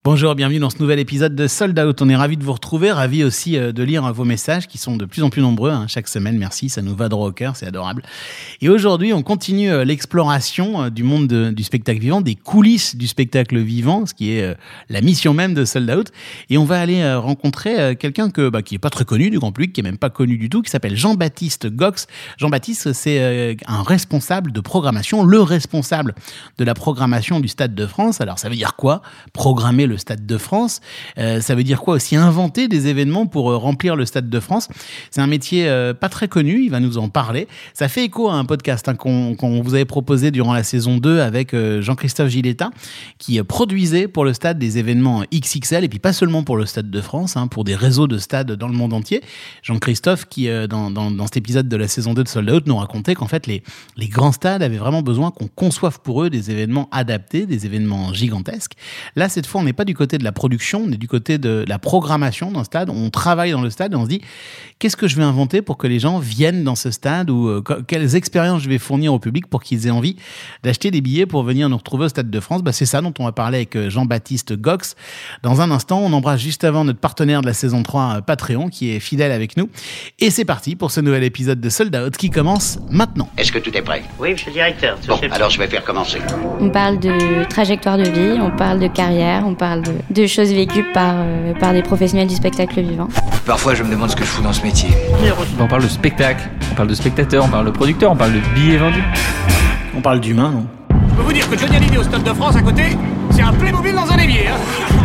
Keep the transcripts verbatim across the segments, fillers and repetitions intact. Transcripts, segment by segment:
Bonjour, bienvenue dans ce nouvel épisode de Sold Out. On est ravis de vous retrouver, ravis aussi de lire vos messages qui sont de plus en plus nombreux hein, chaque semaine. Merci, ça nous va droit au cœur, c'est adorable. Et aujourd'hui, on continue l'exploration du monde de, du spectacle vivant, des coulisses du spectacle vivant, ce qui est la mission même de Sold Out. Et on va aller rencontrer quelqu'un que, bah, qui n'est pas très connu du grand public, qui n'est même pas connu du tout, qui s'appelle Jean-Baptiste Gox. Jean-Baptiste, c'est un responsable de programmation, le responsable de la programmation du Stade de France. Alors, ça veut dire quoi ? Programmer le Stade de France, euh, ça veut dire quoi aussi inventer des événements pour euh, remplir le Stade de France. C'est un métier euh, pas très connu, il va nous en parler. Ça fait écho à un podcast hein, qu'on, qu'on vous avait proposé durant la saison deux avec euh, Jean-Christophe Giletta, qui euh, produisait pour le Stade des événements X X L, et puis pas seulement pour le Stade de France, hein, pour des réseaux de stades dans le monde entier. Jean-Christophe, qui euh, dans, dans, dans cet épisode de la saison deux de Sold Out, nous racontait qu'en fait les, les grands stades avaient vraiment besoin qu'on conçoive pour eux des événements adaptés, des événements gigantesques. Là, cette fois, on n'est pas du côté de la production, on est du côté de la programmation d'un stade. On travaille dans le stade et on se dit qu'est-ce que je vais inventer pour que les gens viennent dans ce stade ou euh, quelles expériences je vais fournir au public pour qu'ils aient envie d'acheter des billets pour venir nous retrouver au Stade de France. Bah, c'est ça dont on va parler avec Jean-Baptiste Gox. Dans un instant, on embrasse juste avant notre partenaire de la saison trois, Patreon, qui est fidèle avec nous. Et c'est parti pour ce nouvel épisode de Sold Out qui commence maintenant. Est-ce que tout est prêt ? Oui, monsieur le directeur. Bon, chef. Alors je vais faire commencer. On parle de trajectoire de vie, on parle de carrière, on parle de, de choses vécues par, euh, par des professionnels du spectacle vivant. Parfois, je me demande ce que je fous dans ce métier. On parle de spectacle, on parle de spectateur, on parle de producteur, on parle de billets vendus. On parle d'humain, non ? Je peux vous dire que Johnny Hallyday au Stade de France à côté, c'est un Playmobil dans un évier. Hein.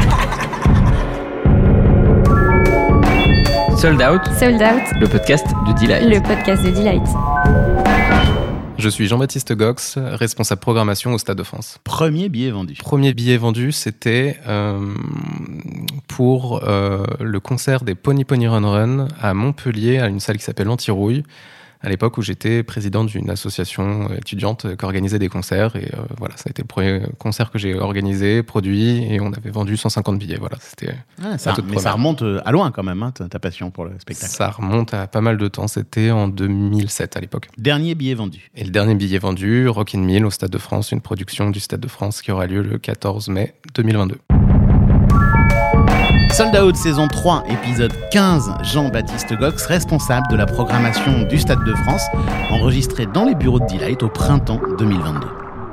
Sold Out, Sold Out, le podcast de Delight. le podcast de Delight. Je suis Jean-Baptiste Gox, responsable programmation au Stade de France. Premier billet vendu. Premier billet vendu, c'était euh, pour euh, le concert des Pony Pony Run Run à Montpellier, à une salle qui s'appelle Antirouille, à l'époque où j'étais président d'une association étudiante qui organisait des concerts. Et euh, voilà, ça a été le premier concert que j'ai organisé, produit, et on avait vendu cent cinquante billets. Voilà, c'était ah, ça, mais ça remonte à loin quand même, hein, ta passion pour le spectacle. Ça remonte à pas mal de temps. C'était en deux mille sept à l'époque. Dernier billet vendu. Et le dernier billet vendu, Rock in Mill au Stade de France, une production du Stade de France qui aura lieu le quatorze mai deux mille vingt-deux. Sold Out saison trois, épisode quinze, Jean-Baptiste Gox, responsable de la programmation du Stade de France, enregistré dans les bureaux de Delight au printemps deux mille vingt-deux.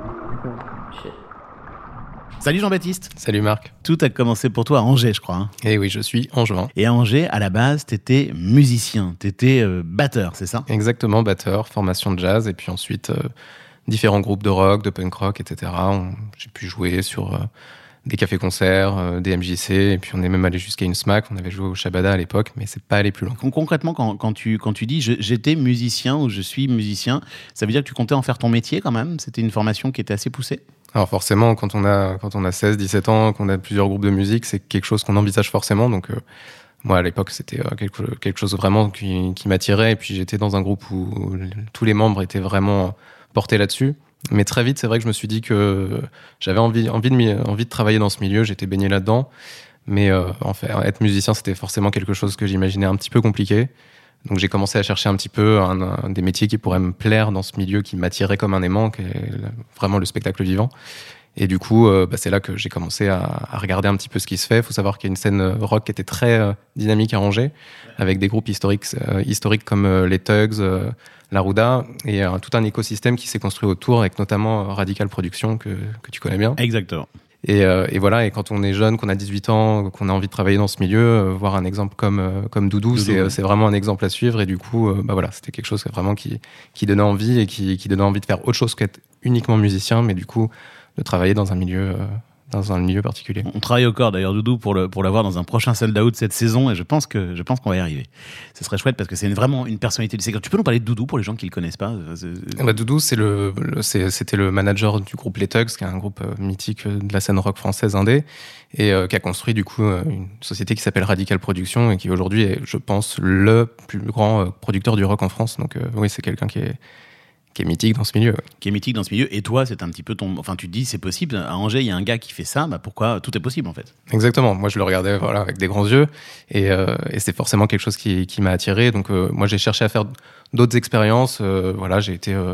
Salut Jean-Baptiste. Salut Marc. Tout a commencé pour toi à Angers, je crois. Hein. Eh oui, je suis angevin. Et à Angers, à la base, t'étais musicien, t'étais euh, batteur, c'est ça ? Exactement, batteur, formation de jazz, et puis ensuite euh, différents groupes de rock, de punk rock, et cetera. On, j'ai pu jouer sur... Euh, des cafés-concerts, euh, des M J C, et puis on est même allé jusqu'à une SMAC, on avait joué au Shabada à l'époque, mais c'est pas allé plus loin. Concrètement, quand, quand, tu, quand tu dis je, j'étais musicien ou je suis musicien, ça veut dire que tu comptais en faire ton métier quand même ? C'était une formation qui était assez poussée ? Alors forcément, quand on a, quand on a seize dix-sept ans, qu'on a plusieurs groupes de musique, c'est quelque chose qu'on envisage forcément, donc euh, moi à l'époque c'était euh, quelque, quelque chose vraiment qui, qui m'attirait, et puis j'étais dans un groupe où tous les membres étaient vraiment portés là-dessus. Mais très vite, c'est vrai que je me suis dit que j'avais envie, envie, de, envie de travailler dans ce milieu, j'étais baigné là-dedans. Mais euh, en fait, être musicien, c'était forcément quelque chose que j'imaginais un petit peu compliqué. Donc j'ai commencé à chercher un petit peu un, un, des métiers qui pourraient me plaire dans ce milieu, qui m'attirait comme un aimant, qui est vraiment le spectacle vivant. Et du coup, euh, bah, c'est là que j'ai commencé à, à regarder un petit peu ce qui se fait. Il faut savoir qu'il y a une scène rock qui était très euh, dynamique à Angers, avec des groupes historiques, euh, historiques comme euh, les Tugs, euh, la Rouda, et euh, tout un écosystème qui s'est construit autour, avec notamment euh, Radical Production, que, que tu connais bien. Exactement. Et, euh, et voilà, et quand on est jeune, qu'on a dix-huit ans, qu'on a envie de travailler dans ce milieu, euh, voir un exemple comme, euh, comme Doudou, Doudou c'est, ouais. c'est vraiment un exemple à suivre. Et du coup, euh, bah voilà, c'était quelque chose vraiment qui, qui donnait envie, et qui, qui donnait envie de faire autre chose qu'être uniquement musicien, mais du coup, de travailler dans un milieu... Euh, dans un milieu particulier. On travaille au corps d'ailleurs Doudou pour, le, pour l'avoir dans un prochain Sold Out cette saison, et je pense, que, je pense qu'on va y arriver. Ce serait chouette parce que c'est une, vraiment une personnalité du secteur. Tu peux nous parler de Doudou pour les gens qui ne le connaissent pas ? Bah, Doudou, c'est le, le, c'est, c'était le manager du groupe Les Tugs, qui est un groupe euh, mythique de la scène rock française indé, et euh, qui a construit du coup euh, une société qui s'appelle Radical Production, et qui aujourd'hui est, je pense, le plus grand euh, producteur du rock en France. Donc euh, oui, c'est quelqu'un qui est qui est mythique dans ce milieu. Ouais. Qui est mythique dans ce milieu. Et toi, c'est un petit peu ton... Enfin, tu te dis, c'est possible. À Angers, il y a un gars qui fait ça. Bah, pourquoi tout est possible, en fait ? Exactement. Moi, je le regardais voilà, avec des grands yeux. Et, euh, et c'est forcément quelque chose qui, qui m'a attiré. Donc, euh, moi, j'ai cherché à faire d'autres expériences. Euh, voilà, j'ai été... Euh,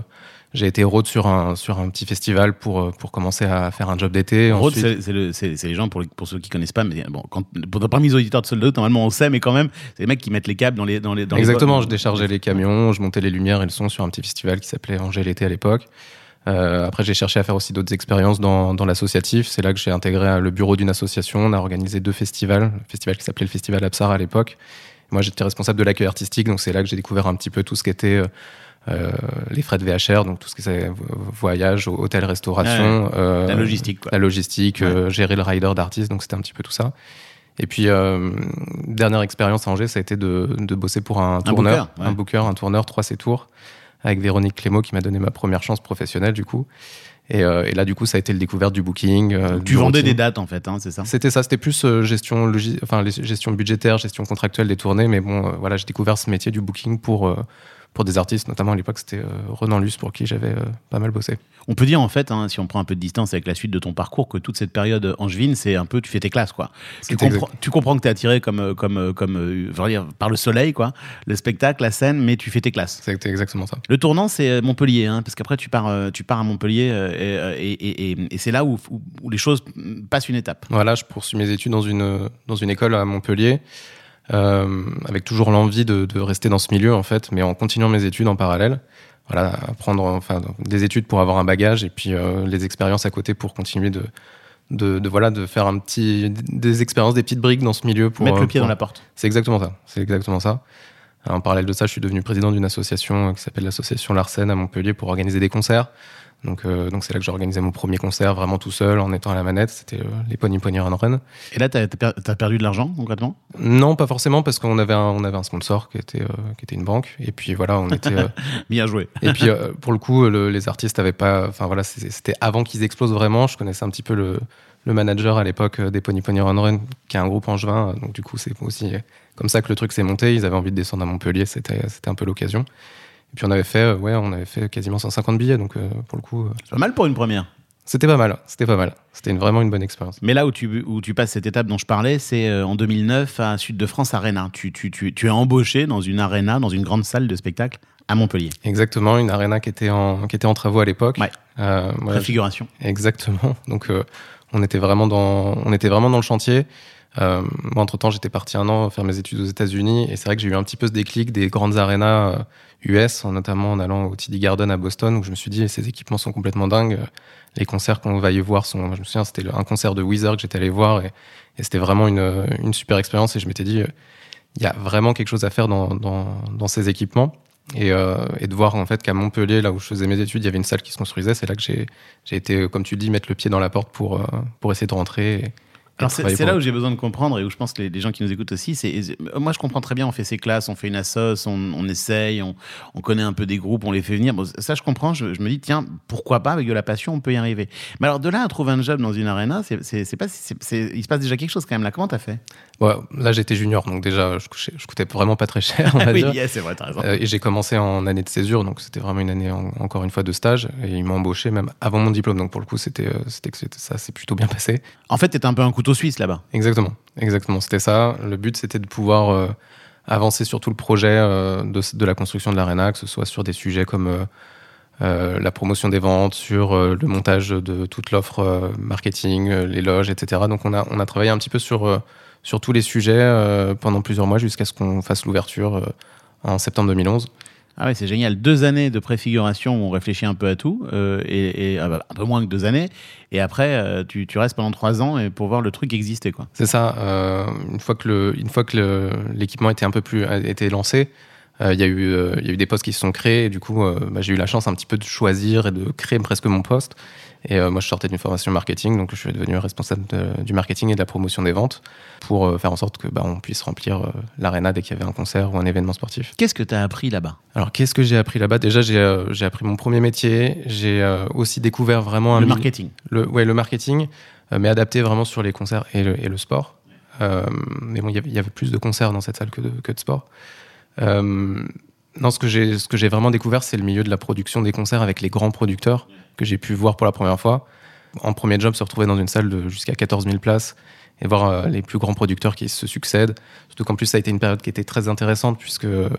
j'ai été road sur un, sur un petit festival pour, pour commencer à faire un job d'été. Road, Ensuite, c'est, c'est, le, c'est, c'est les gens, pour, les, pour ceux qui connaissent pas, mais bon, quand, pour, parmi les auditeurs de Sold Out, normalement on sait, mais quand même, c'est les mecs qui mettent les câbles dans les dans les dans Exactement, les... je déchargeais les camions, je montais les lumières et le son sur un petit festival qui s'appelait Angers l'été à l'époque. Euh, après, j'ai cherché à faire aussi d'autres expériences dans, dans l'associatif. C'est là que j'ai intégré le bureau d'une association. On a organisé deux festivals, le festival qui s'appelait le Festival Absar à l'époque. Moi, j'étais responsable de l'accueil artistique, donc c'est là que j'ai découvert un petit peu tout ce qui était euh, les frais de V H R, donc tout ce qui était voyage, hôtel, restauration, ouais, euh, la logistique, quoi. la logistique, Ouais. euh, gérer le rider d'artistes, donc c'était un petit peu tout ça. Et puis, euh, dernière expérience à Angers, ça a été de, de bosser pour un, Un tourneur, booker, ouais. un booker, un tourneur trois C tours, avec Véronique Clément qui m'a donné ma première chance professionnelle du coup. Et, euh, et là, du coup, ça a été le découverte du booking. Euh, Tu du vendais routing. des dates, en fait, hein, c'est ça? C'était ça, c'était plus euh, gestion, logi- enfin, les- gestion budgétaire, gestion contractuelle des tournées. Mais bon, euh, voilà, j'ai découvert ce métier du booking pour, euh, pour des artistes, notamment à l'époque, c'était euh, Renan Luce pour qui j'avais euh, pas mal bossé. On peut dire, en fait, hein, si on prend un peu de distance avec la suite de ton parcours, que toute cette période angevine, c'est un peu, tu fais tes classes, quoi. Tu C'était comprends, tu comprends que t'es attiré comme, comme, comme, euh, je veux dire, par le soleil, quoi, le spectacle, la scène, mais tu fais tes classes. C'était exactement ça. Le tournant, c'est Montpellier, hein, parce qu'après, tu pars, euh, tu pars à Montpellier, euh, et, et, et, et c'est là où, où, où les choses passent une étape. Voilà, je poursuis mes études dans une, dans une école à Montpellier, euh, avec toujours l'envie de, de rester dans ce milieu, en fait, mais en continuant mes études en parallèle. Voilà, apprendre enfin, des études pour avoir un bagage et puis euh, les expériences à côté pour continuer de, de, de, voilà, de faire un petit, des expériences, des petites briques dans ce milieu. Pour Mettre le pied pour... dans la porte. C'est exactement ça. C'est exactement ça. En parallèle de ça, je suis devenu président d'une association qui s'appelle l'association Larsen à Montpellier pour organiser des concerts. Donc, euh, donc c'est là que j'ai organisé mon premier concert vraiment tout seul en étant à la manette. C'était euh, les Pony Pony Run Run. Et là, t'as, t'as, t'as perdu de l'argent, concrètement? Non, pas forcément, parce qu'on avait un, on avait un sponsor qui était, euh, qui était une banque. Et puis voilà, on était. Euh... Bien joué. Et puis euh, pour le coup, le, les artistes avaient pas. Enfin voilà, c'était avant qu'ils explosent vraiment. Je connaissais un petit peu le, le manager à l'époque des Pony Pony Run Run, qui est un groupe angevin. Donc du coup, c'est aussi comme ça que le truc s'est monté. Ils avaient envie de descendre à Montpellier. C'était, c'était un peu l'occasion. Et puis on avait fait, ouais, on avait fait quasiment cent cinquante billets. Donc euh, pour le coup, euh, C'est pas mal pour une première. c'était pas mal. C'était pas mal. C'était une, vraiment une bonne expérience. Mais là où tu, où tu passes cette étape dont je parlais, c'est euh, en deux mille neuf à Sud de France Arena. Tu, tu, tu, tu es embauché dans une arena, dans une grande salle de spectacle à Montpellier. Exactement, une arena qui était en, qui était en travaux à l'époque. Ouais. Euh, ouais, Préfiguration. Exactement. Donc, euh, on était vraiment dans, on était vraiment dans le chantier. Euh, moi, entre-temps, j'étais parti un an faire mes études aux États-Unis, et c'est vrai que j'ai eu un petit peu ce déclic des grandes arénas euh, U S, notamment en allant au T D Garden à Boston, où je me suis dit, ces équipements sont complètement dingues. Les concerts qu'on va y voir sont, je me souviens, c'était un concert de Weezer que j'étais allé voir, et, et c'était vraiment une, une super expérience. Et je m'étais dit, il y a vraiment quelque chose à faire dans, dans, dans ces équipements. Et, euh, et de voir en fait qu'à Montpellier, là où je faisais mes études, il y avait une salle qui se construisait. C'est là que j'ai, j'ai été, comme tu dis, mettre le pied dans la porte pour, euh, pour essayer de rentrer. Et, Alors c'est, c'est là où j'ai besoin de comprendre et où je pense que les, les gens qui nous écoutent aussi, c'est moi je comprends très bien, on fait ses classes, on fait une assoce, on, on essaye, on, on connaît un peu des groupes, on les fait venir. Bon, ça je comprends, je, je me dis tiens pourquoi pas, avec de la passion on peut y arriver. Mais alors de là à trouver un job dans une arena, c'est, c'est, c'est pas, c'est, c'est, il se passe déjà quelque chose quand même là. Comment t'as fait? Bon, là j'étais junior, donc déjà je, je coûtais vraiment pas très cher. On va Oui, dire. yes, c'est vrai, t'as raison. Euh, et j'ai commencé en année de césure, donc c'était vraiment une année en, encore une fois de stage. Et ils m'ont embauché même avant mon diplôme, donc pour le coup c'était, c'était, c'était ça s'est plutôt bien passé. En fait t'étais un peu un couteau suisse là-bas. Exactement, exactement, c'était ça. Le but, c'était de pouvoir euh, avancer sur tout le projet euh, de, de la construction de l'Arena, que ce soit sur des sujets comme euh, euh, la promotion des ventes, sur euh, le montage de toute l'offre euh, marketing, euh, les loges, et cetera. Donc on a, on a travaillé un petit peu sur, euh, sur tous les sujets euh, pendant plusieurs mois jusqu'à ce qu'on fasse l'ouverture euh, en septembre deux mille onze. Ah ouais, c'est génial. Deux années de préfiguration où on réfléchit un peu à tout, euh, et, et euh, un peu moins que deux années. Et après, euh, tu, tu restes pendant trois ans et pour voir le truc exister, quoi. C'est ça. Euh, une fois que, le, une fois que le, l'équipement était un peu plus était lancé, il euh, y a eu, euh, y a eu des postes qui se sont créés. Et du coup, euh, bah, j'ai eu la chance un petit peu de choisir et de créer presque mon poste. Et euh, moi, je sortais d'une formation marketing, donc je suis devenu responsable de, du marketing et de la promotion des ventes pour euh, faire en sorte que bah, on puisse remplir euh, l'arena dès qu'il y avait un concert ou un événement sportif. Qu'est-ce que tu as appris là-bas? Alors, qu'est-ce que j'ai appris là-bas? Déjà, j'ai, euh, j'ai appris mon premier métier. J'ai euh, aussi découvert vraiment un le milieu, marketing. Le, ouais, le marketing, euh, mais adapté vraiment sur les concerts et le, et le sport. Euh, mais bon, il y avait, y avait plus de concerts dans cette salle que de, que de sport. Euh, non, ce que j'ai, ce que j'ai vraiment découvert, c'est le milieu de la production des concerts avec les grands producteurs que j'ai pu voir pour la première fois. En premier job, se retrouver dans une salle de jusqu'à quatorze mille places et voir euh, les plus grands producteurs qui se succèdent. Surtout qu'en plus, ça a été une période qui était très intéressante puisque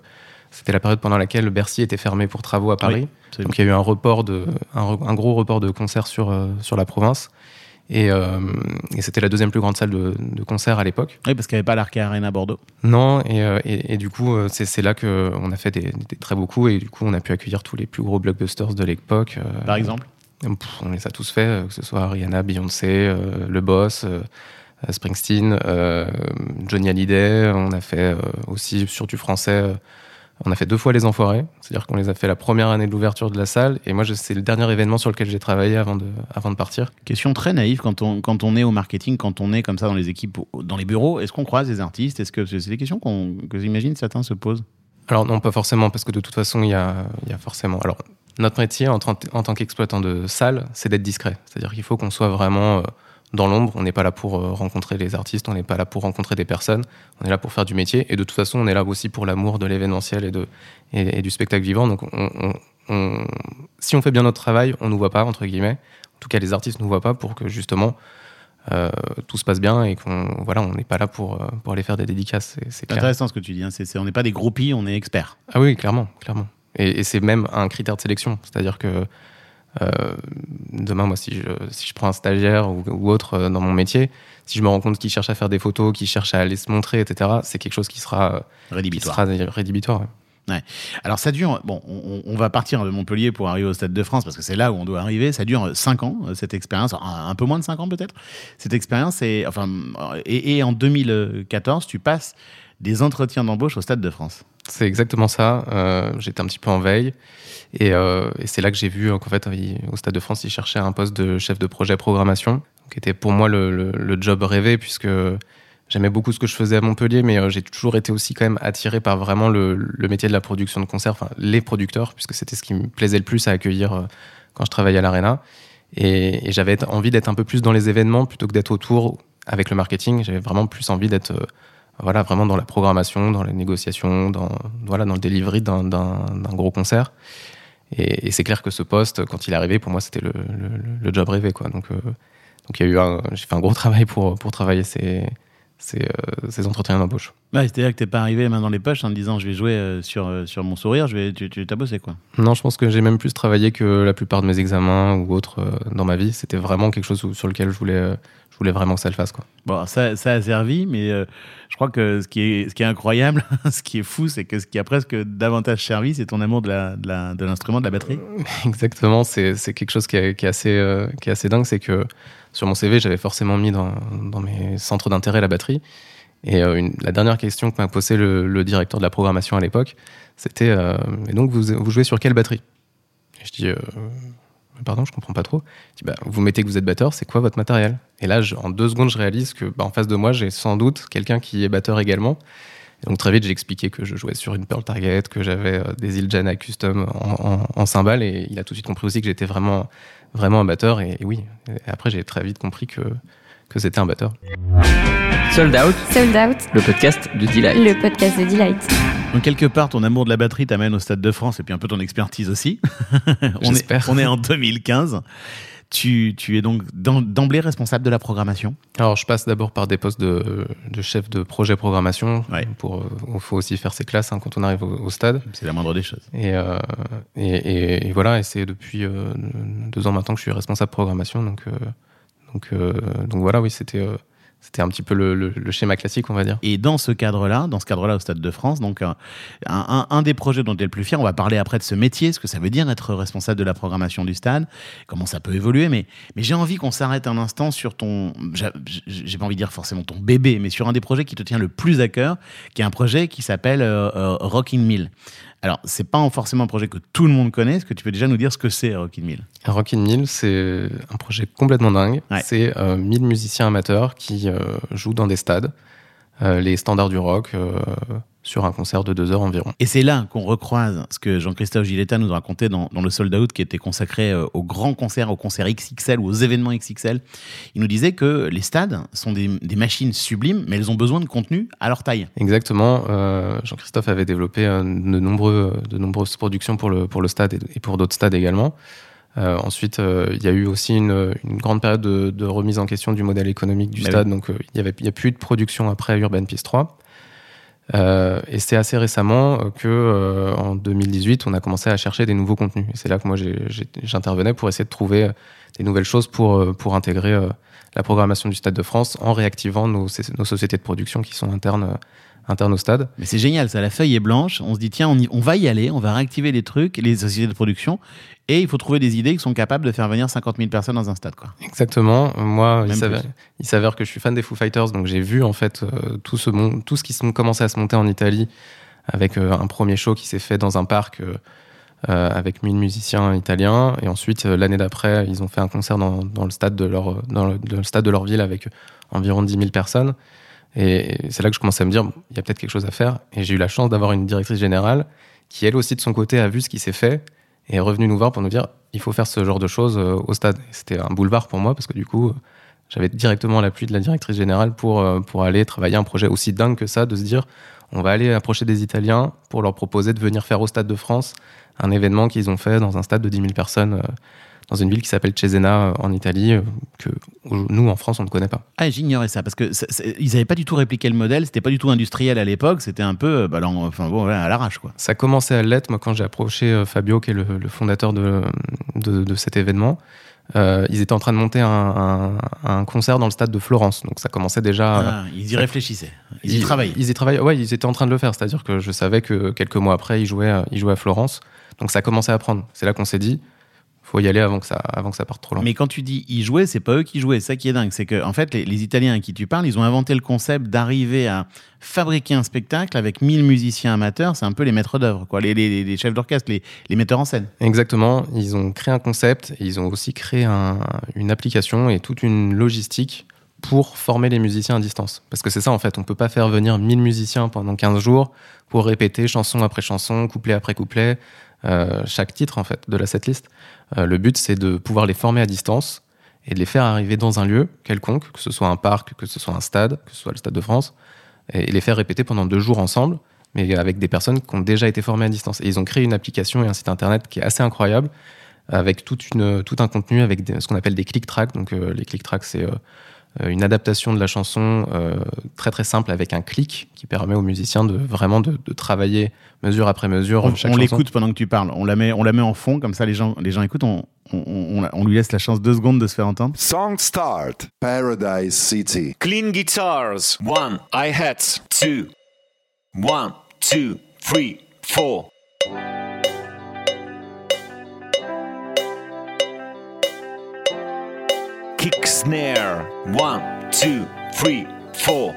c'était la période pendant laquelle Bercy était fermé pour travaux à Paris. Oui, donc il y a eu un report de, un, un gros report de concerts sur, euh, sur la province. Et, euh, et c'était la deuxième plus grande salle de, de concert à l'époque. Oui, parce qu'il n'y avait pas l'Arca Arena à Bordeaux. Non, et, euh, et, et du coup, c'est, c'est là qu'on a fait des, des très beaux coups, et du coup, on a pu accueillir tous les plus gros blockbusters de l'époque. Euh, Par exemple pff, On les a tous faits, que ce soit Rihanna, Beyoncé, euh, Le Boss, euh, Springsteen, euh, Johnny Hallyday. On a fait euh, aussi sur du français... Euh, On a fait deux fois Les Enfoirés, c'est-à-dire qu'on les a fait la première année de l'ouverture de la salle, et moi c'est le dernier événement sur lequel j'ai travaillé avant de, avant de partir. Question très naïve, quand on, quand on est au marketing, quand on est comme ça dans les équipes, dans les bureaux, est-ce qu'on croise des artistes ? Est-ce que c'est des questions qu'on, que j'imagine certains se posent ? Alors non, pas forcément, parce que de toute façon, il y a, il y a forcément... Alors, notre métier en, tant- en tant qu'exploitant de salle, c'est d'être discret. C'est-à-dire qu'il faut qu'on soit vraiment... Euh, dans l'ombre, on n'est pas là pour rencontrer les artistes, on n'est pas là pour rencontrer des personnes, on est là pour faire du métier, et de toute façon, on est là aussi pour l'amour de l'événementiel et, de, et, et du spectacle vivant. Donc, on, on, on, si on fait bien notre travail, on ne nous voit pas, entre guillemets. En tout cas, les artistes ne nous voient pas pour que, justement, euh, tout se passe bien et qu'on voilà, on n'est pas là pour, pour aller faire des dédicaces. C'est, c'est clair. Intéressant ce que tu dis, hein. c'est, c'est, on n'est pas des groupies, on est experts. Ah oui, clairement, clairement. Et, et c'est même un critère de sélection, c'est-à-dire que Euh, demain, moi, si je, si je prends un stagiaire ou, ou autre euh, dans mon métier, si je me rends compte qu'il cherche à faire des photos, qu'il cherche à aller se montrer, et cetera, c'est quelque chose qui sera rédhibitoire. Qui sera rédhibitoire ouais. Ouais. Alors ça dure, bon, on, on va partir de Montpellier pour arriver au Stade de France parce que c'est là où on doit arriver. Ça dure cinq ans cette expérience, un, un peu moins de cinq ans peut-être. Cette expérience est, enfin, et, et en deux mille quatorze, tu passes des entretiens d'embauche au Stade de France. C'est exactement ça. Euh, j'étais un petit peu en veille. Et, euh, et c'est là que j'ai vu qu'en fait, au Stade de France, ils cherchaient un poste de chef de projet programmation, qui était pour moi le, le, le job rêvé, puisque j'aimais beaucoup ce que je faisais à Montpellier, mais euh, j'ai toujours été aussi quand même attiré par vraiment le, le métier de la production de concerts, enfin les producteurs, puisque c'était ce qui me plaisait le plus à accueillir euh, quand je travaillais à l'Arena. Et, et j'avais envie d'être un peu plus dans les événements plutôt que d'être autour avec le marketing. J'avais vraiment plus envie d'être... Euh, Voilà, vraiment dans la programmation, dans les négociations, dans, voilà, dans le delivery d'un, d'un, d'un gros concert. Et, et c'est clair que ce poste, quand il est arrivé, pour moi, c'était le, le, le job rêvé, quoi. Donc, euh, donc il y a eu un, j'ai fait un gros travail pour, pour travailler ces, ces, euh, ces entretiens d'embauche. Ouais, c'est-à-dire que t'es pas arrivé main dans les poches en te disant je vais jouer euh, sur, euh, sur mon sourire, je vais, tu, tu t'as bossé, quoi. Non, je pense que j'ai même plus travaillé que la plupart de mes examens ou autres euh, dans ma vie. C'était vraiment quelque chose sur lequel je voulais... Euh, Je voulais vraiment que ça le fasse, quoi. Bon, ça, ça a servi, mais euh, je crois que ce qui est, ce qui est incroyable, ce qui est fou, c'est que ce qui a presque davantage servi, c'est ton amour de, la, de, la, de l'instrument, de la batterie. Exactement, c'est, c'est quelque chose qui est, qui est assez, euh, qui est assez dingue, c'est que sur mon C V, j'avais forcément mis dans, dans mes centres d'intérêt la batterie. Et euh, une, la dernière question que m'a posée le, le directeur de la programmation à l'époque, c'était euh, « Et donc, vous, vous jouez sur quelle batterie ?» Et je dis euh, « Pardon, je comprends pas trop. » Je dis bah, « Vous mettez que vous êtes batteur, c'est quoi votre matériel ?» Et là, je, en deux secondes, je réalise que bah, en face de moi, j'ai sans doute quelqu'un qui est batteur également. Et donc très vite, j'ai expliqué que je jouais sur une Pearl Target, que j'avais euh, des Iljana custom en, en, en cymbales, et il a tout de suite compris aussi que j'étais vraiment, vraiment un batteur. Et, et oui, et après, j'ai très vite compris que, que c'était un batteur. Sold Out, Sold Out, le podcast de Delight. le podcast de Delight. Donc quelque part, ton amour de la batterie t'amène au Stade de France et puis un peu ton expertise aussi. on, est, on est en deux mille quinze. Tu, tu es donc d'emblée responsable de la programmation ? Alors, je passe d'abord par des postes de, de chef de projet programmation. Il ouais. euh, faut aussi faire ses classes hein, quand on arrive au, au stade. C'est la moindre des choses. Et, euh, et, et, et voilà, et c'est depuis euh, deux ans maintenant que je suis responsable programmation. Donc, euh, donc, euh, donc voilà, oui, c'était... Euh, C'était un petit peu le, le, le schéma classique, on va dire. Et dans ce cadre-là, dans ce cadre-là au Stade de France, donc un, un, un des projets dont tu es le plus fier, on va parler après de ce métier, ce que ça veut dire d'être responsable de la programmation du stade, comment ça peut évoluer, mais, mais j'ai envie qu'on s'arrête un instant sur ton, j'ai, j'ai pas envie de dire forcément ton bébé, mais sur un des projets qui te tient le plus à cœur, qui est un projet qui s'appelle euh, euh, Rockin' Mill. Alors, c'est pas forcément un projet que tout le monde connaît. Est-ce que tu peux déjà nous dire ce que c'est Rockin' Mill ? Rockin' Mill, c'est un projet complètement dingue. Ouais. C'est euh, mille musiciens amateurs qui euh, jouent dans des stades, euh, les standards du rock, euh, sur un concert de deux heures environ. Et c'est là qu'on recroise ce que Jean-Christophe Giletta nous racontait dans, dans le Sold Out, qui était consacré euh, aux grands concerts, aux concerts X X L ou aux événements X X L. Il nous disait que les stades sont des, des machines sublimes, mais elles ont besoin de contenu à leur taille. Exactement. Euh, Jean-Christophe avait développé euh, de, nombreux, de nombreuses productions pour le, pour le stade et, et pour d'autres stades également. Euh, ensuite, euh, il y a eu aussi une, une grande période de, de remise en question du modèle économique du mais stade. Oui. Donc, euh, il n'y a plus eu de production après Urban Peace trois. Euh, et c'est assez récemment que, euh, en deux mille dix-huit, on a commencé à chercher des nouveaux contenus. Et c'est là que moi, j'ai, j'ai, j'intervenais pour essayer de trouver des nouvelles choses pour, pour intégrer euh, la programmation du Stade de France en réactivant nos, nos sociétés de production qui sont internes, euh, internes au stade. Mais c'est génial, ça, la feuille est blanche, on se dit tiens, on, y, on va y aller, on va réactiver les trucs, les sociétés de production, et il faut trouver des idées qui sont capables de faire venir cinquante mille personnes dans un stade, quoi. Exactement. Moi, il s'avère, plus. il s'avère que je suis fan des Foo Fighters, donc j'ai vu en fait euh, tout ce monde, tout ce qui sont commencé à se monter en Italie, avec euh, un premier show qui s'est fait dans un parc euh, euh, avec mille musiciens italiens, et ensuite euh, l'année d'après, ils ont fait un concert dans, dans le stade de leur dans le, dans le stade de leur ville avec environ dix mille personnes. Et c'est là que je commençais à me dire, bon, il y a peut-être quelque chose à faire. Et j'ai eu la chance d'avoir une directrice générale qui, elle aussi, de son côté, a vu ce qui s'est fait et est revenue nous voir pour nous dire, il faut faire ce genre de choses euh, au stade. Et c'était un boulevard pour moi parce que du coup, euh, j'avais directement l'appui de la directrice générale pour, euh, pour aller travailler un projet aussi dingue que ça, de se dire, on va aller approcher des Italiens pour leur proposer de venir faire au Stade de France un événement qu'ils ont fait dans un stade de dix mille personnes euh, dans une ville qui s'appelle Cesena en Italie, euh, que nous, en France, on ne connaît pas. Ah, j'ignorais ça, parce que ça, ça, ils n'avaient pas du tout répliqué le modèle, c'était pas du tout industriel à l'époque, c'était un peu bah, là, enfin, bon, à l'arrache, quoi. Ça commençait à l'être, moi, quand j'ai approché Fabio, qui est le, le fondateur de, de, de cet événement. Euh, ils étaient en train de monter un, un, un concert dans le stade de Florence, donc ça commençait déjà... Ah, ils y ça, réfléchissaient, ils, ils y travaillaient. Ils y travaillaient, ouais, ils étaient en train de le faire, c'est-à-dire que je savais que quelques mois après, ils jouaient, ils jouaient à Florence, donc ça commençait à prendre. C'est là qu'on s'est dit, faut y aller avant que ça, avant que ça parte trop loin. Mais quand tu dis ils jouaient, c'est pas eux qui jouaient. C'est ça qui est dingue. C'est que, en fait, les, les Italiens à qui tu parles, ils ont inventé le concept d'arriver à fabriquer un spectacle avec mille musiciens amateurs. C'est un peu les maîtres d'œuvre, quoi. Les, les, les chefs d'orchestre, les, les metteurs en scène. Exactement. Ils ont créé un concept et ils ont aussi créé un, une application et toute une logistique pour former les musiciens à distance. Parce que c'est ça, en fait. On peut pas faire venir mille musiciens pendant quinze jours pour répéter chanson après chanson, couplet après couplet, euh, chaque titre, en fait, de la setlist. Euh, le but, c'est de pouvoir les former à distance et de les faire arriver dans un lieu quelconque, que ce soit un parc, que ce soit un stade, que ce soit le Stade de France, et, et les faire répéter pendant deux jours ensemble, mais avec des personnes qui ont déjà été formées à distance. Et ils ont créé une application et un site internet qui est assez incroyable, avec toute une, tout un contenu, avec des, ce qu'on appelle des click tracks. Donc euh, les click tracks, c'est euh, une adaptation de la chanson euh, très très simple avec un clic qui permet aux musiciens de vraiment de, de travailler mesure après mesure. On, chaque on chanson. l'écoute pendant que tu parles. On la met, on la met en fond, comme ça les gens, les gens écoutent. On, on, on, on lui laisse la chance deux secondes de se faire entendre. Song start. Paradise City. Clean guitars. One, hi-hats. Two. One, two, three, four. Kick snare. One, two, three, four.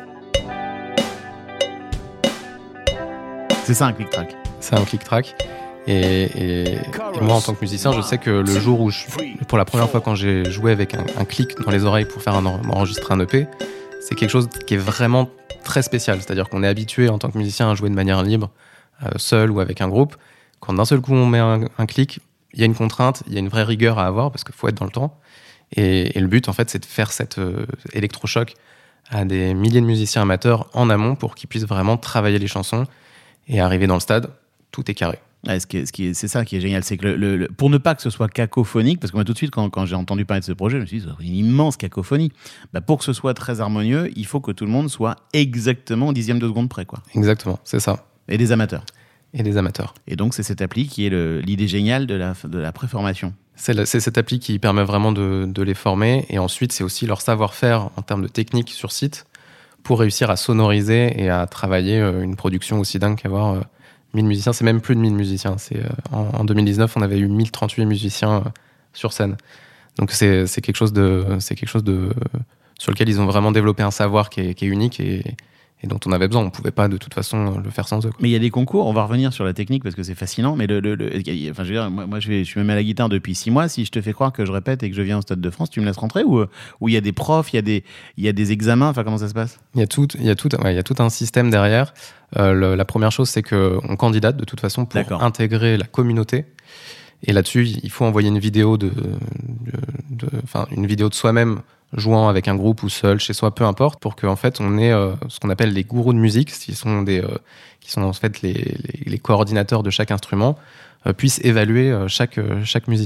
C'est ça un click track. C'est un click track. Et, et, et moi, en tant que musicien, je sais que le jour où, je, pour la première fois, quand j'ai joué avec un, un clic dans les oreilles pour faire un, enregistrer un E P, c'est quelque chose qui est vraiment très spécial. C'est-à-dire qu'on est habitué en tant que musicien à jouer de manière libre, euh, seul ou avec un groupe. Quand d'un seul coup on met un, un clic, il y a une contrainte, il y a une vraie rigueur à avoir parce qu'il faut être dans le temps. Et, et le but, en fait, c'est de faire cet euh, électrochoc à des milliers de musiciens amateurs en amont pour qu'ils puissent vraiment travailler les chansons et arriver dans le stade, tout est carré. Ouais, ce qui est, ce qui est, c'est ça qui est génial, c'est que le, le, le, pour ne pas que ce soit cacophonique, parce que moi tout de suite quand, quand j'ai entendu parler de ce projet, je me suis dit c'est une immense cacophonie. Bah, pour que ce soit très harmonieux, il faut que tout le monde soit exactement au dixième de seconde près, quoi. Exactement, c'est ça. Et des amateurs. Et des amateurs. Et donc c'est cette appli qui est le, l'idée géniale de la, de la préformation. C'est, la, c'est cette appli qui permet vraiment de, de les former, et ensuite c'est aussi leur savoir-faire en termes de technique sur site pour réussir à sonoriser et à travailler une production aussi dingue qu'avoir euh, mille musiciens. C'est même plus de mille musiciens. C'est, euh, en, en deux mille dix-neuf, on avait eu mille trente-huit musiciens euh, sur scène. Donc c'est, c'est quelque chose de, c'est quelque chose de, sur lequel ils ont vraiment développé un savoir qui est, qui est unique et, et dont on avait besoin. On ne pouvait pas de toute façon le faire sans eux, quoi. Mais il y a des concours, on va revenir sur la technique parce que c'est fascinant, mais le, le, le enfin, je veux dire, moi, moi je, vais, je me mets à la guitare depuis six mois, si je te fais croire que je répète et que je viens au Stade de France, tu me laisses rentrer ou où il y a des profs, il y a des, il y a des examens, enfin comment ça se passe? Il y a tout, il y a tout, ouais, il y a tout un système derrière. Euh, le, la première chose, c'est qu'on candidate de toute façon pour D'accord. intégrer la communauté. Et là-dessus, il faut envoyer une vidéo de, de, de, enfin, une vidéo de soi-même jouant avec un groupe ou seul, chez soi, peu importe, pour qu'en fait, on ait euh, ce qu'on appelle les gourous de musique, qui sont, des, euh, qui sont en fait les, les, les coordinateurs de chaque instrument, euh, puissent évaluer euh, chaque, euh, chaque musicien.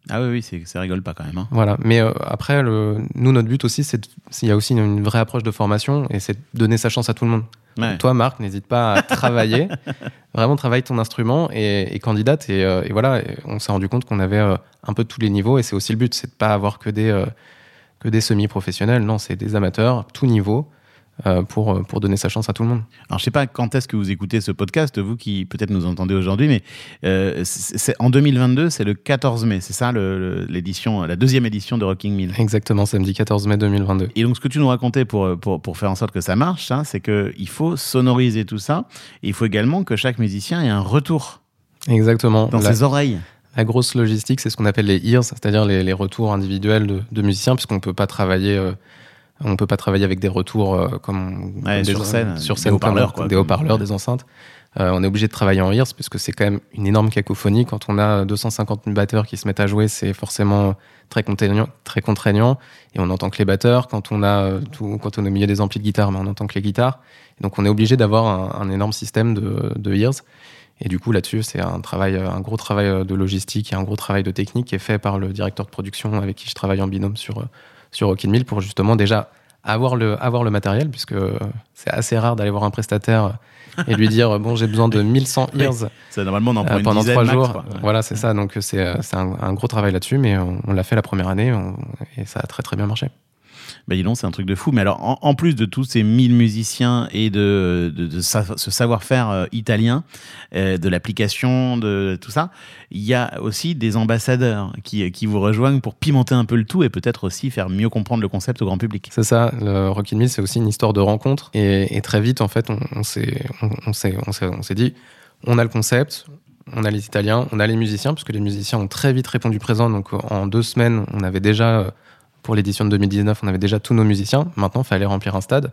Ah oui, oui, c'est, ça rigole pas quand même. Hein. Voilà. Mais euh, après, le, nous, notre but aussi, c'est, de, c'est il y a aussi une, une vraie approche de formation et c'est de donner sa chance à tout le monde. Ouais. Donc toi, Marc, n'hésite pas à travailler, vraiment travaille ton instrument et, et candidate. Et, euh, et voilà, et on s'est rendu compte qu'on avait euh, un peu de tous les niveaux et c'est aussi le but, c'est de pas avoir que des, euh, que des semi-professionnels. Non, c'est des amateurs, tout niveau. Euh, pour, pour donner sa chance à tout le monde. Alors, je ne sais pas quand est-ce que vous écoutez ce podcast, vous qui peut-être nous entendez aujourd'hui, mais euh, c'est, c'est, en deux mille vingt-deux, c'est le quatorze mai, c'est ça le, le, l'édition, la deuxième édition de Rocking Mill. Exactement, samedi quatorze mai deux mille vingt-deux. Et donc, ce que tu nous racontais pour, pour, pour faire en sorte que ça marche, hein, c'est qu'il faut sonoriser tout ça, et il faut également que chaque musicien ait un retour. Exactement. Dans la, ses oreilles. La grosse logistique, c'est ce qu'on appelle les ears, c'est-à-dire les, les retours individuels de, de musiciens, puisqu'on ne peut pas travailler... Euh, On ne peut pas travailler avec des retours euh, comme, ouais, comme sur des, scène, sur des scène haut-parleurs, comme, quoi, des haut-parleurs, ouais. Des enceintes. Euh, on est obligé de travailler en ears parce que c'est quand même une énorme cacophonie. Quand on a deux cent cinquante batteurs qui se mettent à jouer, c'est forcément très contraignant, très contraignant. Et on n'entend que les batteurs. Quand on a tout, quand on est au milieu des amplis de guitare, mais on n'entend que les guitares. Et donc on est obligé d'avoir un, un énorme système de, de ears. Et du coup là-dessus, c'est un travail, un gros travail de logistique et un gros travail de technique qui est fait par le directeur de production avec qui je travaille en binôme sur sur Rocking Mill pour justement déjà avoir le, avoir le matériel, puisque c'est assez rare d'aller voir un prestataire et lui dire bon, j'ai besoin de mille cent ears oui, ça, normalement, on en prend euh, pendant une trois max, jours. Quoi. Ouais. Voilà, c'est ça. Donc, c'est, c'est un, un gros travail là-dessus, mais on, on l'a fait la première année on, et ça a très, très bien marché. Ben dis donc, c'est un truc de fou. Mais alors, en, en plus de tous ces mille musiciens et de, de, de, de sa, ce savoir-faire euh, italien, euh, de l'application, de tout ça, il y a aussi des ambassadeurs qui, qui vous rejoignent pour pimenter un peu le tout et peut-être aussi faire mieux comprendre le concept au grand public. C'est ça. Le Rocking Mill, c'est aussi une histoire de rencontre. Et, et très vite, en fait, on, on, s'est, on, on, s'est, on, s'est, on s'est dit, on a le concept, on a les Italiens, on a les musiciens, parce que les musiciens ont très vite répondu présent. Donc, en deux semaines, on avait déjà... Pour l'édition de deux mille dix-neuf, on avait déjà tous nos musiciens. Maintenant, il fallait remplir un stade.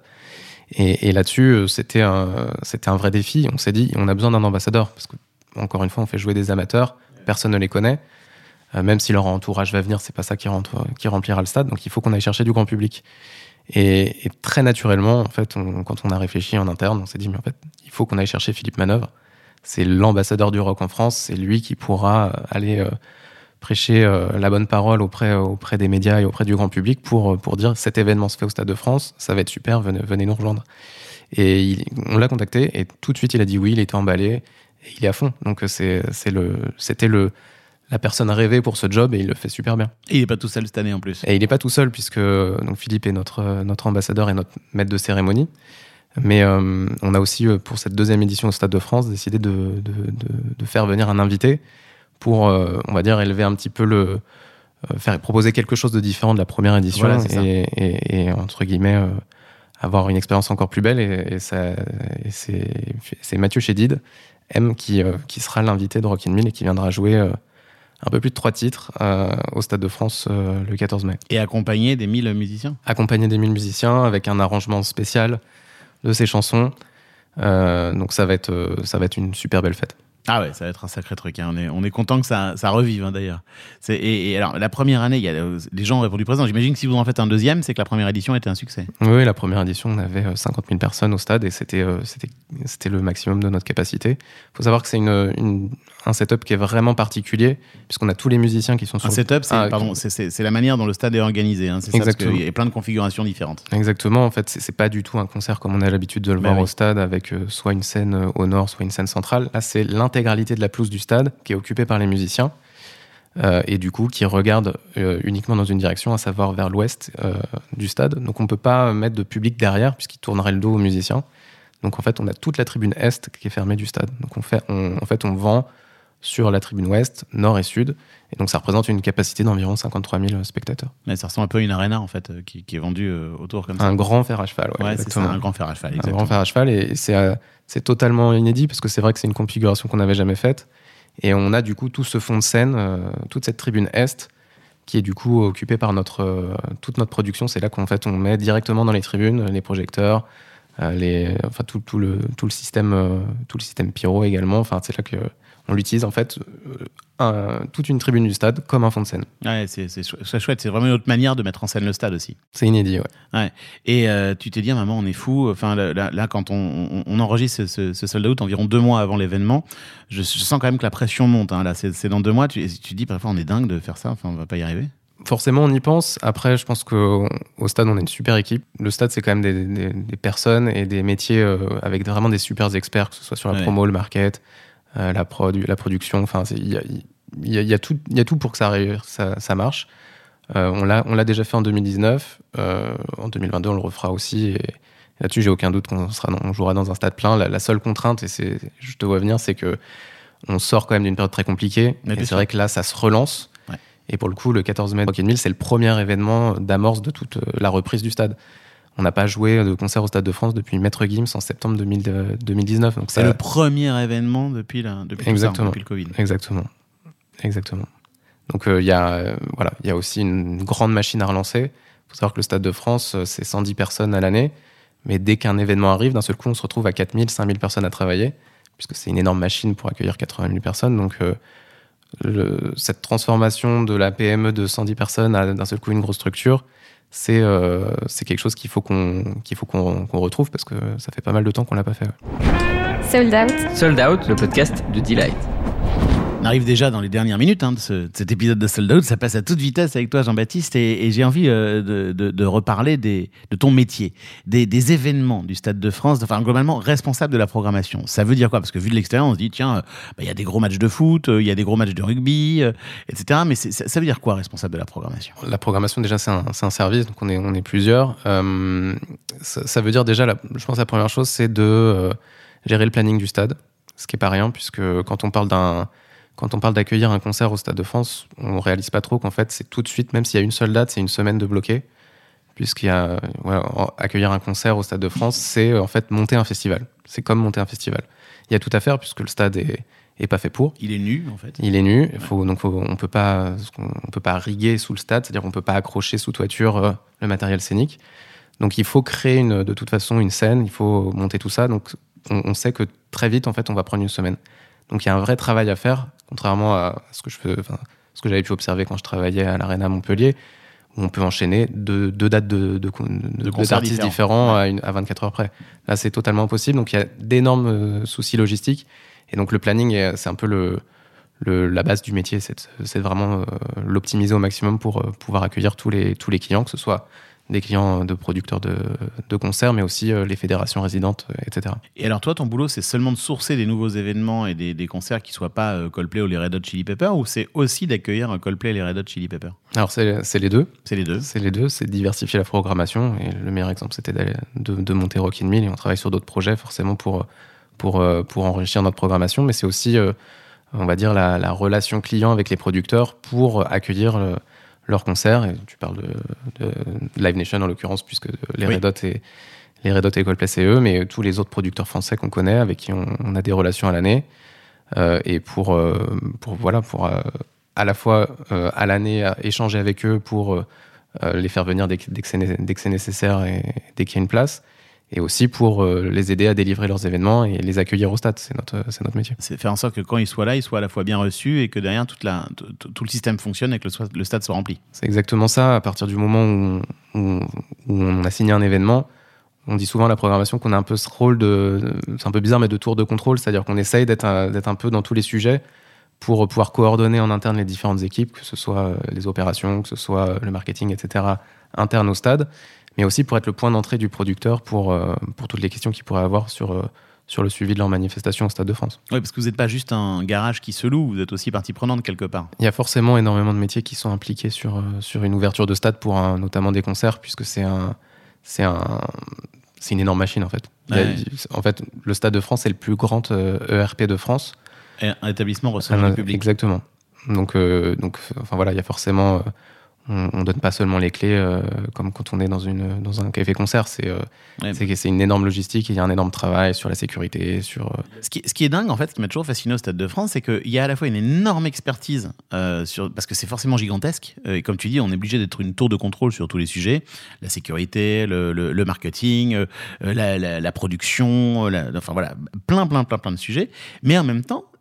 Et, et là-dessus, c'était un, c'était un vrai défi. On s'est dit, on a besoin d'un ambassadeur. Parce que, encore une fois, on fait jouer des amateurs. Personne ne les connaît. Euh, même si leur entourage va venir, c'est pas ça qui, rentre, qui remplira le stade. Donc, il faut qu'on aille chercher du grand public. Et, et très naturellement, en fait, on, quand on a réfléchi en interne, on s'est dit, mais en fait, il faut qu'on aille chercher Philippe Manœuvre. C'est l'ambassadeur du rock en France. C'est lui qui pourra aller... Euh, prêcher euh, la bonne parole auprès, auprès des médias et auprès du grand public pour, pour dire cet événement se fait au Stade de France, ça va être super, venez, venez nous rejoindre. Et il, on l'a contacté et tout de suite il a dit oui, il était emballé et il est à fond. Donc c'est, c'est le, c'était le, la personne rêvée pour ce job et il le fait super bien. Et il n'est pas tout seul cette année en plus. Et il n'est pas tout seul puisque donc Philippe est notre, notre ambassadeur et notre maître de cérémonie. Mais euh, on a aussi pour cette deuxième édition au Stade de France décidé de, de, de, de faire venir un invité pour, euh, on va dire, élever un petit peu le... Euh, faire proposer quelque chose de différent de la première édition voilà, et, et, et, entre guillemets, euh, avoir une expérience encore plus belle. Et, et, ça, et c'est, c'est Mathieu Chédid, M, qui, euh, qui sera l'invité de Rocking Mill et qui viendra jouer euh, un peu plus de trois titres euh, au Stade de France euh, le quatorze mai. Et accompagné des mille musiciens Accompagné des mille musiciens avec un arrangement spécial de ses chansons. Euh, donc ça va être, euh, ça va être une super belle fête. Ah ouais, ça va être un sacré truc. Hein. On est, on est content que ça, ça revive hein, d'ailleurs. C'est, et, et alors, la première année, il y a, les gens ont répondu présent. J'imagine que si vous en faites un deuxième, c'est que la première édition était un succès. Oui, la première édition, on avait cinquante mille personnes au stade et c'était, euh, c'était, c'était le maximum de notre capacité. Il faut savoir que c'est une, une, un setup qui est vraiment particulier, puisqu'on a tous les musiciens qui sont sur... Un setup, c'est, ah, pardon, c'est, c'est, c'est la manière dont le stade est organisé. Hein. C'est exactement. Ça, parce qu'il y a plein de configurations différentes. Exactement. En fait, c'est, c'est pas du tout un concert comme on a l'habitude de le ben voir oui. au stade, avec euh, soit une scène au nord, soit une scène centrale. Là, c'est l'intégralité de la pelouse du stade qui est occupée par les musiciens euh, et du coup qui regarde euh, uniquement dans une direction, à savoir vers l'ouest euh, du stade. Donc on peut pas mettre de public derrière puisqu'il tournerait le dos aux musiciens. Donc en fait on a toute la tribune est qui est fermée du stade. Donc on fait, on, en fait on vend sur la tribune ouest, nord et sud, et donc ça représente une capacité d'environ cinquante-trois mille spectateurs. Mais ça ressemble un peu à une arena en fait qui, qui est vendue euh, autour comme ça. Un grand fer à cheval, ouais, ouais c'est ça, un grand fer à cheval. Exactement. Un grand fer à cheval et c'est euh, c'est totalement inédit parce que c'est vrai que c'est une configuration qu'on n'avait jamais faite. Et on a du coup tout ce fond de scène, euh, toute cette tribune est, qui est du coup occupée par notre, euh, toute notre production. C'est là qu'en fait on met directement dans les tribunes les projecteurs, euh, les, enfin tout, tout, le, tout, le système, euh, tout le système pyro également. Enfin, c'est là on l'utilise en fait euh, un, toute une tribune du stade comme un fond de scène. Ouais, c'est, c'est, chou- c'est chouette. C'est vraiment une autre manière de mettre en scène le stade aussi. C'est inédit, ouais. Ouais. Et euh, tu t'es dit, maman, on est fou. Enfin, là, là, là, quand on, on, on enregistre ce, ce, ce sold out environ deux mois avant l'événement, je, je sens quand même que la pression monte. Hein. Là, c'est, c'est dans deux mois. Tu, tu te dis, parfois, on est dingue de faire ça. Enfin, on va pas y arriver. Forcément, on y pense. Après, je pense qu'au au stade, on est une super équipe. Le stade, c'est quand même des, des, des personnes et des métiers euh, avec vraiment des super experts, que ce soit sur la Ouais. promo, le market, euh, la prod, la production. Enfin, il y a, y, a, y, a tout, y a tout pour que ça, ça, ça marche. Euh, on, l'a, on l'a déjà fait en deux mille dix-neuf. Euh, en deux mille vingt-deux, on le refera aussi. Et là-dessus, j'ai aucun doute qu'on sera, on jouera dans un stade plein. La, la seule contrainte, et c'est, je te vois venir, c'est que on sort quand même d'une période très compliquée. Mais et c'est sûr. vrai que là, ça se relance. Ouais. Et pour le coup, le quatorze mai, Rock in Rio, c'est le premier événement d'amorce de toute la reprise du stade. On n'a pas joué de concert au Stade de France depuis Maître Gims en septembre deux mille dix-neuf. Donc C'est ça... le premier événement depuis, la, depuis, tout ça, Exactement. depuis le Covid. Exactement. Exactement. Donc il euh, y, euh, voilà, y a aussi une grande machine à relancer. Il faut savoir que le Stade de France, c'est cent dix personnes à l'année. Mais dès qu'un événement arrive, d'un seul coup, on se retrouve à quatre mille, cinq mille personnes à travailler, puisque c'est une énorme machine pour accueillir quatre-vingt mille personnes. Donc euh, le, cette transformation de la P M E de cent dix personnes à d'un seul coup une grosse structure, c'est, euh, c'est quelque chose qu'il faut, qu'on, qu'il faut qu'on, qu'on retrouve, parce que ça fait pas mal de temps qu'on l'a pas fait. Ouais. Sold Out. Sold Out, le podcast de Delight. On arrive déjà dans les dernières minutes hein, de, ce, de cet épisode de Sold Out. Ça passe à toute vitesse avec toi, Jean-Baptiste. Et, et j'ai envie euh, de, de, de reparler des, de ton métier, des, des événements du Stade de France, enfin globalement responsable de la programmation. Ça veut dire quoi ? Parce que vu de l'extérieur, on se dit, tiens, il euh, bah, y a des gros matchs de foot, il euh, y a des gros matchs de rugby, euh, et cetera. Mais c'est, ça, ça veut dire quoi, responsable de la programmation ? La programmation, déjà, c'est un, c'est un service, donc on est, on est plusieurs. Euh, ça, ça veut dire déjà, la, je pense que la première chose, c'est de euh, gérer le planning du stade, ce qui n'est pas rien, puisque quand on parle d'un... Quand on parle d'accueillir un concert au Stade de France, on ne réalise pas trop qu'en fait, c'est tout de suite, même s'il y a une seule date, c'est une semaine de bloqué. Puisqu'il y a, voilà, accueillir un concert au Stade de France, c'est en fait monter un festival. C'est comme monter un festival. Il y a tout à faire puisque le stade est, est pas fait pour. Il est nu, en fait. Il est nu. Il faut, donc, faut, on peut pas, on peut pas riguer sous le stade, c'est-à-dire qu'on peut pas accrocher sous toiture euh, le matériel scénique. Donc, il faut créer une, de toute façon une scène. Il faut monter tout ça. Donc, on, on sait que très vite, en fait, on va prendre une semaine. Donc il y a un vrai travail à faire, contrairement à ce que je fais, enfin, ce que j'avais pu observer quand je travaillais à l'Arena Montpellier, où on peut enchaîner deux, deux dates de, de, de, de, de artistes différents, différents à, une, à vingt-quatre heures près. Là, c'est totalement impossible. Donc il y a d'énormes euh, soucis logistiques. Et donc le planning, est, c'est un peu le, le, la base du métier. C'est, c'est vraiment euh, l'optimiser au maximum pour euh, pouvoir accueillir tous les, tous les clients, que ce soit des clients de producteurs de, de concerts, mais aussi euh, les fédérations résidentes, euh, et cetera. Et alors toi, ton boulot, c'est seulement de sourcer des nouveaux événements et des, des concerts qui ne soient pas euh, Coldplay ou les Red Hot Chili Peppers, ou c'est aussi d'accueillir un Coldplay et les Red Hot Chili Peppers ? Alors c'est, c'est les deux. C'est les deux. C'est les deux, c'est de diversifier la programmation. Et le meilleur exemple, c'était d'aller, de, de monter Rock in Rio. Et on travaille sur d'autres projets, forcément, pour, pour, pour enrichir notre programmation. Mais c'est aussi, euh, on va dire, la, la relation client avec les producteurs pour accueillir le, leurs concerts. Et tu parles de, de Live Nation en l'occurrence, puisque les oui. Red Hot et les Red Hot et Coldplay c'est eux, mais tous les autres producteurs français qu'on connaît, avec qui on, on a des relations à l'année, euh, et pour euh, pour voilà pour euh, à la fois euh, à l'année à échanger avec eux pour euh, les faire venir dès que, dès que c'est dès que c'est nécessaire et dès qu'il y a une place. Et aussi pour euh, les aider à délivrer leurs événements et les accueillir au stade. C'est notre, c'est notre métier. C'est faire en sorte que quand ils soient là, ils soient à la fois bien reçus et que derrière, toute la, tout, tout le système fonctionne et que le, le stade soit rempli. C'est exactement ça. À partir du moment où on, où, où on a signé un événement, on dit souvent à la programmation qu'on a un peu ce rôle de... C'est un peu bizarre, mais de tour de contrôle. C'est-à-dire qu'on essaye d'être un, d'être un peu dans tous les sujets pour pouvoir coordonner en interne les différentes équipes, que ce soit les opérations, que ce soit le marketing, et cetera, interne au stade, mais aussi pour être le point d'entrée du producteur pour, euh, pour toutes les questions qu'il pourrait avoir sur, euh, sur le suivi de leur manifestation au Stade de France. Oui, parce que vous n'êtes pas juste un garage qui se loue, vous êtes aussi partie prenante quelque part. Il y a forcément énormément de métiers qui sont impliqués sur, euh, sur une ouverture de stade pour un, notamment des concerts, puisque c'est, un, c'est, un, c'est une énorme machine en fait. Ouais. Il y a, en fait, le Stade de France, c'est le plus grand euh, E R P de France. Et un établissement recevant du public. Exactement. Donc, euh, donc enfin, voilà, il y a forcément... Euh, on ne donne pas seulement les clés euh, comme quand on est dans, une, dans un café-concert. C'est, euh, ouais. c'est, c'est une énorme logistique et il y a un énorme travail sur la sécurité. Sur, euh... ce, qui, ce qui est dingue, en fait, ce qui m'a toujours fasciné au Stade de France, c'est qu'il y a à la fois une énorme expertise, euh, sur, parce que c'est forcément gigantesque. Euh, et comme tu dis, on est obligé d'être une tour de contrôle sur tous les sujets. La sécurité, le, le, le marketing, euh, la, la, la production, la, enfin voilà, plein, plein, plein, plein de sujets. Mais en même temps,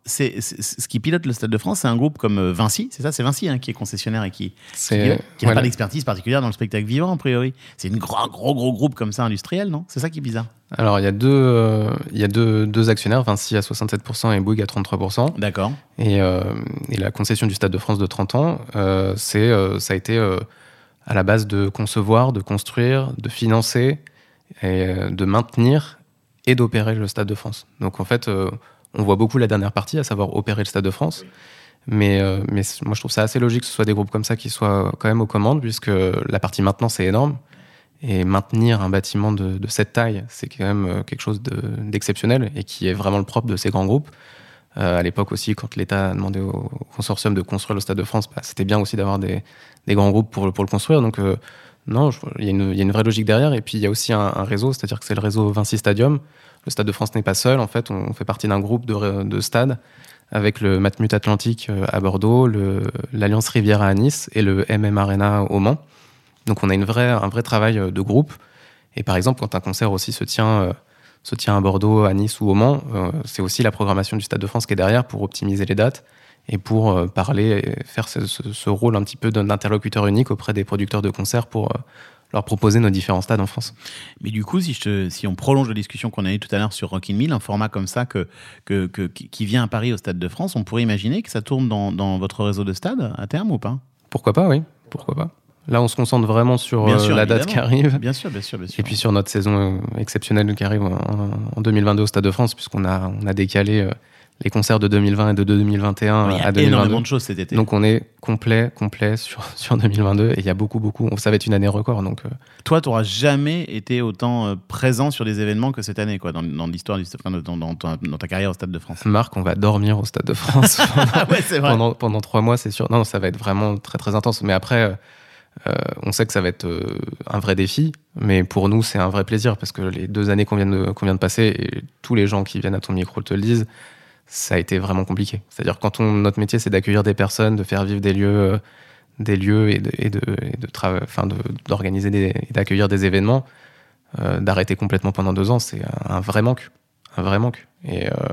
c'est, c'est, ce qui pilote le Stade de France, c'est un groupe comme Vinci, c'est ça, c'est Vinci hein, qui est concessionnaire et qui C'est, qui, qui n'a voilà. pas d'expertise particulière dans le spectacle vivant, a priori. C'est une gros, gros, gros groupe comme ça industriel, non? C'est ça qui est bizarre. Alors, il y a deux, euh, il y a deux, deux actionnaires, Vinci à soixante-sept pour cent et Bouygues à trente-trois pour cent. D'accord. Et, euh, et la concession du Stade de France de trente ans, euh, c'est, euh, ça a été euh, à la base de concevoir, de construire, de financer, et, euh, de maintenir et d'opérer le Stade de France. Donc en fait, euh, on voit beaucoup la dernière partie, à savoir opérer le Stade de France. Mais, euh, mais moi, je trouve ça assez logique que ce soit des groupes comme ça qui soient quand même aux commandes, puisque la partie maintenant, c'est énorme. Et maintenir un bâtiment de, de cette taille, c'est quand même quelque chose de, d'exceptionnel et qui est vraiment le propre de ces grands groupes. Euh, à l'époque aussi, quand l'État a demandé au consortium de construire le Stade de France, bah, c'était bien aussi d'avoir des, des grands groupes pour, pour le construire. Donc euh, non, il y, y a une vraie logique derrière. Et puis il y a aussi un, un réseau, c'est-à-dire que c'est le réseau Vinci Stadium. Le Stade de France n'est pas seul. En fait, on fait partie d'un groupe de, de stades avec le Matmut Atlantique à Bordeaux, le, l'Alliance Riviera à Nice et le M M Arena au Mans. Donc on a une vraie, un vrai travail de groupe. Et par exemple, quand un concert aussi se tient, euh, se tient à Bordeaux, à Nice ou au Mans, euh, c'est aussi la programmation du Stade de France qui est derrière pour optimiser les dates et pour euh, parler et faire ce, ce, ce rôle un petit peu d'interlocuteur unique auprès des producteurs de concerts pour euh, leur proposer nos différents stades en France. Mais du coup, si, je te, si on prolonge la discussion qu'on a eue tout à l'heure sur Rock in Mill, un format comme ça que, que, que, qui vient à Paris au Stade de France, on pourrait imaginer que ça tourne dans, dans votre réseau de stades à terme ou pas? Pourquoi pas, oui. Pourquoi pas. Là, on se concentre vraiment sur bien euh, sûr, la date qui arrive. Bien sûr, bien sûr, bien sûr. Et puis sur notre saison euh, exceptionnelle qui arrive en, en deux mille vingt-deux au Stade de France, puisqu'on a, on a décalé euh, les concerts de deux mille vingt et de deux mille vingt et un il y a à deux mille vingt-deux. Énormément de choses cet été. Donc on est complet, complet sur, sur deux mille vingt-deux et il y a beaucoup, beaucoup. Ça va être une année record. Donc, euh... Toi, tu n'auras jamais été autant euh, présent sur des événements que cette année, quoi, dans, dans l'histoire du enfin, dans, dans, ta, dans ta carrière au Stade de France. Marc, on va dormir au Stade de France pendant, ouais, c'est vrai. pendant, pendant trois mois, c'est sûr. Non, ça va être vraiment très, très intense. Mais après. Euh, Euh, on sait que ça va être euh, un vrai défi, mais pour nous, c'est un vrai plaisir parce que les deux années qu'on vient de, qu'on vient de passer, et tous les gens qui viennent à ton micro te le disent, ça a été vraiment compliqué. C'est-à-dire quand on, notre métier, c'est d'accueillir des personnes, de faire vivre des lieux, euh, des lieux et, de, et, de, et de tra- enfin de, d'organiser des, et d'accueillir des événements, euh, d'arrêter complètement pendant deux ans, c'est un, un vrai manque. Un vrai manque. Et, euh,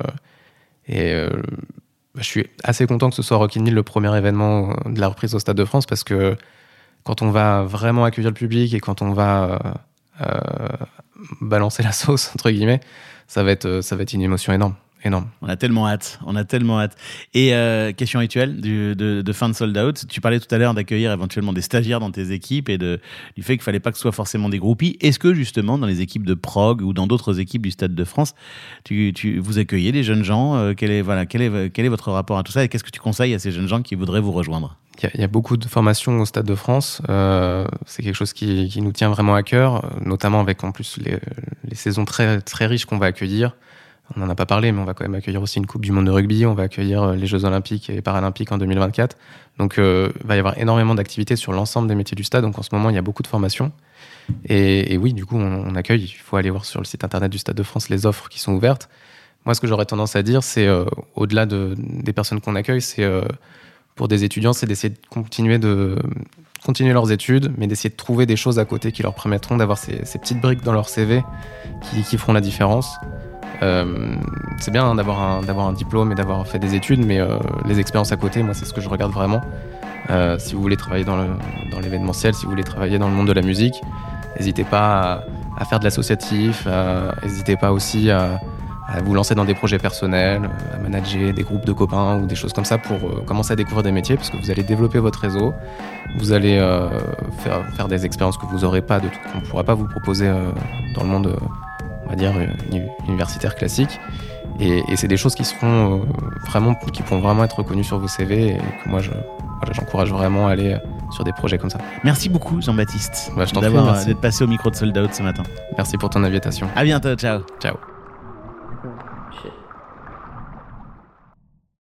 et euh, bah, je suis assez content que ce soit Rock in Mill le premier événement de la reprise au Stade de France parce que quand on va vraiment accueillir le public et quand on va euh, euh, balancer la sauce, entre guillemets, ça va être, ça va être une émotion énorme. énorme. On a tellement hâte, on a tellement hâte. Et euh, question rituelle du, de, de fin de Sold Out, tu parlais tout à l'heure d'accueillir éventuellement des stagiaires dans tes équipes et de, du fait qu'il ne fallait pas que ce soit forcément des groupies. Est-ce que justement dans les équipes de prog ou dans d'autres équipes du Stade de France, tu, tu, vous accueillez des jeunes gens euh, quel, est, voilà, quel, est, quel est votre rapport à tout ça et qu'est-ce que tu conseilles à ces jeunes gens qui voudraient vous rejoindre ? Il y, y a beaucoup de formations au Stade de France. Euh, c'est quelque chose qui, qui nous tient vraiment à cœur, notamment avec en plus les, les saisons très, très riches qu'on va accueillir. On n'en a pas parlé, mais on va quand même accueillir aussi une Coupe du Monde de rugby. On va accueillir les Jeux Olympiques et Paralympiques en deux mille vingt-quatre. Donc, il euh, va y avoir énormément d'activités sur l'ensemble des métiers du stade. Donc, en ce moment, il y a beaucoup de formations. Et, et oui, du coup, on, on accueille. Il faut aller voir sur le site internet du Stade de France les offres qui sont ouvertes. Moi, ce que j'aurais tendance à dire, c'est, euh, au-delà de, des personnes qu'on accueille, c'est euh, pour des étudiants, c'est d'essayer de continuer, de continuer leurs études, mais d'essayer de trouver des choses à côté qui leur permettront d'avoir ces, ces petites briques dans leur C V qui, qui feront la différence. Euh, c'est bien hein, d'avoir, un, d'avoir un diplôme et d'avoir fait des études, mais euh, les expériences à côté, moi, c'est ce que je regarde vraiment. Euh, si vous voulez travailler dans, le, dans l'événementiel, si vous voulez travailler dans le monde de la musique, n'hésitez pas à, à faire de l'associatif, à, n'hésitez pas aussi à, à vous lancer dans des projets personnels, à manager des groupes de copains ou des choses comme ça pour euh, commencer à découvrir des métiers, parce que vous allez développer votre réseau, vous allez euh, faire, faire des expériences que vous n'aurez pas, de tout, qu'on ne pourra pas vous proposer euh, dans le monde euh, on va dire universitaire classique, et, et c'est des choses qui seront euh, vraiment, qui pourront vraiment être reconnues sur vos C V et que moi je, voilà, j'encourage vraiment à aller sur des projets comme ça. Merci beaucoup Jean-Baptiste bah, je t'en d'avoir, prie, merci. d'être passé au micro de Sold Out ce matin. Merci pour ton invitation. À bientôt, ciao. Ciao.